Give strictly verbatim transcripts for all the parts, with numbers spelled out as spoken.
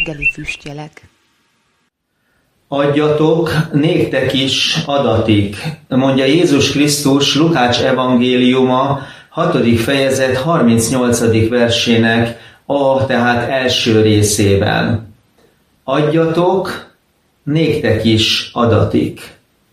Reggeli füstjelek. Adjatok, néktek is adatik, mondja Jézus Krisztus Lukács evangéliuma hatodik fejezet harmincnyolcadik versének a, tehát első részében. Adjatok, néktek is adatik.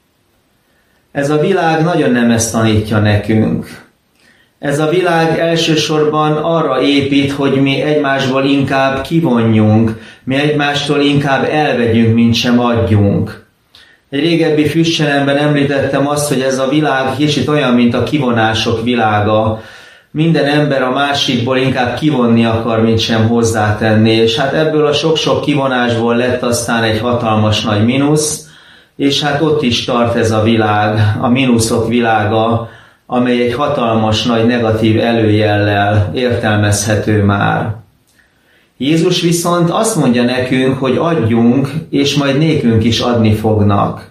Ez a világ nagyon nem ezt tanítja nekünk. Ez a világ elsősorban arra épít, hogy mi egymásból inkább kivonjunk, mi egymástól inkább elvegyünk, mint sem adjunk. Egy régebbi füstjelemben említettem azt, hogy ez a világ kicsit olyan, mint a kivonások világa. Minden ember a másikból inkább kivonni akar, mint sem hozzátenni, és hát ebből a sok-sok kivonásból lett aztán egy hatalmas nagy mínusz, és hát ott is tart ez a világ, a mínuszok világa, amely egy hatalmas nagy negatív előjellel értelmezhető már. Jézus viszont azt mondja nekünk, hogy adjunk, és majd nékünk is adni fognak.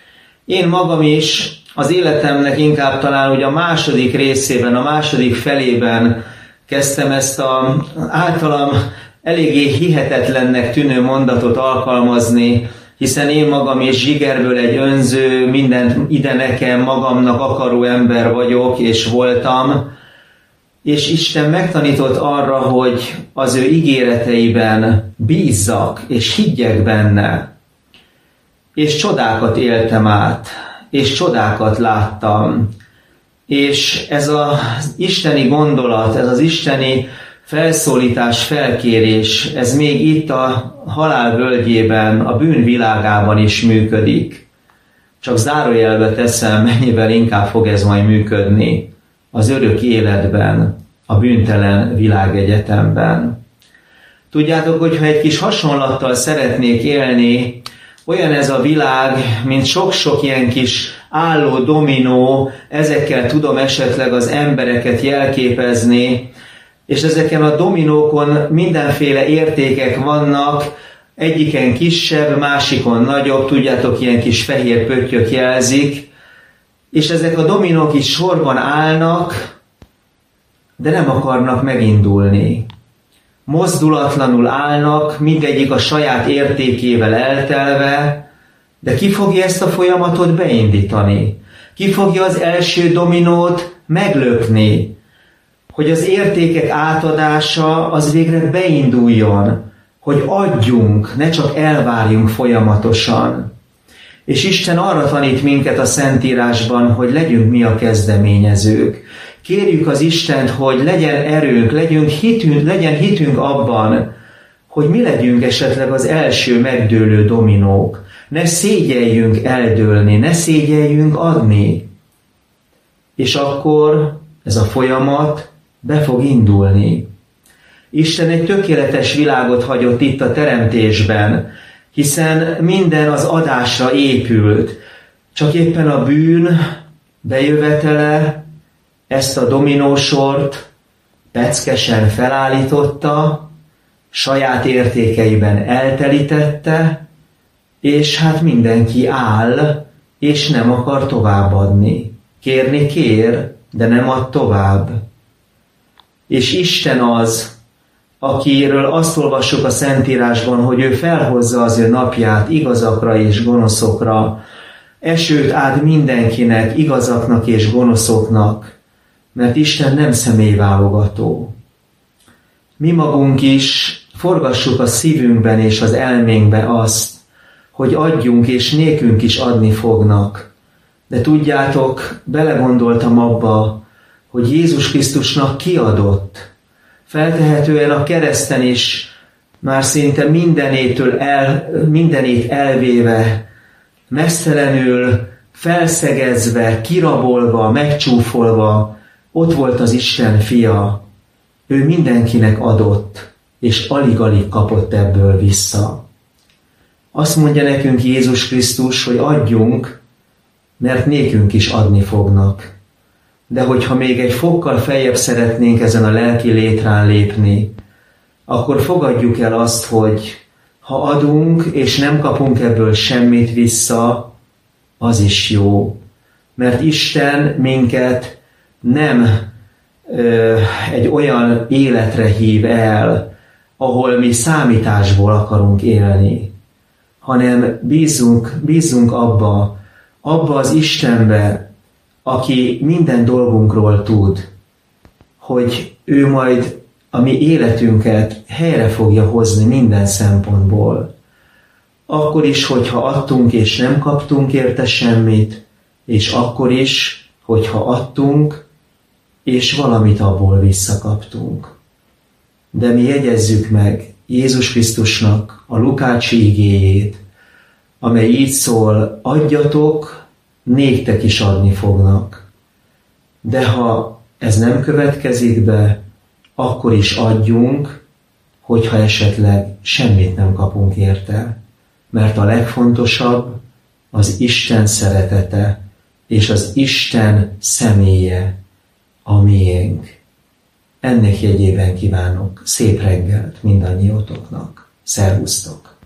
Én magam is az életemnek inkább talán ugye a második részében, a második felében kezdtem ezt az általam eléggé hihetetlennek tűnő mondatot alkalmazni, hiszen én magam is zsigerből egy önző, mindent ide nekem, magamnak akaró ember vagyok, és voltam, és Isten megtanított arra, hogy az ő ígéreteiben bízzak, és higgyek benne. És csodákat éltem át, és csodákat láttam. És ez az isteni gondolat, ez az isteni felszólítás, felkérés, ez még itt a halál völgyében, a bűn világában is működik. Csak zárójelbe teszem, mennyivel inkább fog ez majd működni az örök életben, a bűntelen világegyetemben. Tudjátok, hogyha egy kis hasonlattal szeretnék élni, olyan ez a világ, mint sok-sok ilyen kis álló dominó, ezekkel tudom esetleg az embereket jelképezni, és ezeken a dominókon mindenféle értékek vannak, egyiken kisebb, másikon nagyobb, tudjátok, ilyen kis fehér pöttyök jelzik, és ezek a dominók is sorban állnak, de nem akarnak megindulni. Mozdulatlanul állnak, mindegyik a saját értékével eltelve, de ki fogja ezt a folyamatot beindítani? Ki fogja az első dominót meglökni? Hogy az értékek átadása az végre beinduljon, hogy adjunk, ne csak elvárjunk folyamatosan. És Isten arra tanít minket a Szentírásban, hogy legyünk mi a kezdeményezők. Kérjük az Istent, hogy legyen erőnk, legyünk hitünk, legyen hitünk abban, hogy mi legyünk esetleg az első megdőlő dominók. Ne szégyeljünk eldőlni, ne szégyeljünk adni. És akkor ez a folyamat be fog indulni. Isten egy tökéletes világot hagyott itt a teremtésben, hiszen minden az adásra épült. Csak éppen a bűn bejövetele ezt a dominósort peckesen felállította, saját értékeiben eltelítette, és hát mindenki áll, és nem akar továbbadni. Kérni kér, de nem ad tovább. És Isten az, akiről azt olvassuk a Szentírásban, hogy ő felhozza az ő napját igazakra és gonoszokra, esőt ad mindenkinek, igazaknak és gonoszoknak, mert Isten nem személyválogató. Mi magunk is forgassuk a szívünkben és az elménkbe azt, hogy adjunk és nékünk is adni fognak. De tudjátok, belegondoltam abba, hogy Jézus Krisztusnak kiadott. Feltehetően a kereszten is már szinte mindenétől el, mindenét elvéve, mesztelenül, felszegezve, kirabolva, megcsúfolva, ott volt az Isten fia. Ő mindenkinek adott, és alig-alig kapott ebből vissza. Azt mondja nekünk Jézus Krisztus, hogy adjunk, mert nékünk is adni fognak. De hogyha még egy fokkal feljebb szeretnénk ezen a lelki létrán lépni, akkor fogadjuk el azt, hogy ha adunk, és nem kapunk ebből semmit vissza, az is jó. Mert Isten minket nem ö, egy olyan életre hív el, ahol mi számításból akarunk élni, hanem bízunk, bízunk abba, abba az Istenbe, aki minden dolgunkról tud, hogy ő majd a mi életünket helyre fogja hozni minden szempontból. Akkor is, hogyha adtunk és nem kaptunk érte semmit, és akkor is, hogyha adtunk, és valamit abból visszakaptunk. De mi jegyezzük meg Jézus Krisztusnak a Lukácsi igéjét, amely így szól, adjatok, néktek is adni fognak. De ha ez nem következik be, akkor is adjunk, hogyha esetleg semmit nem kapunk érte. Mert a legfontosabb az Isten szeretete, és az Isten személye a miénk. Ennek jegyében kívánok szép reggelt mindannyiótoknak. Szervusztok!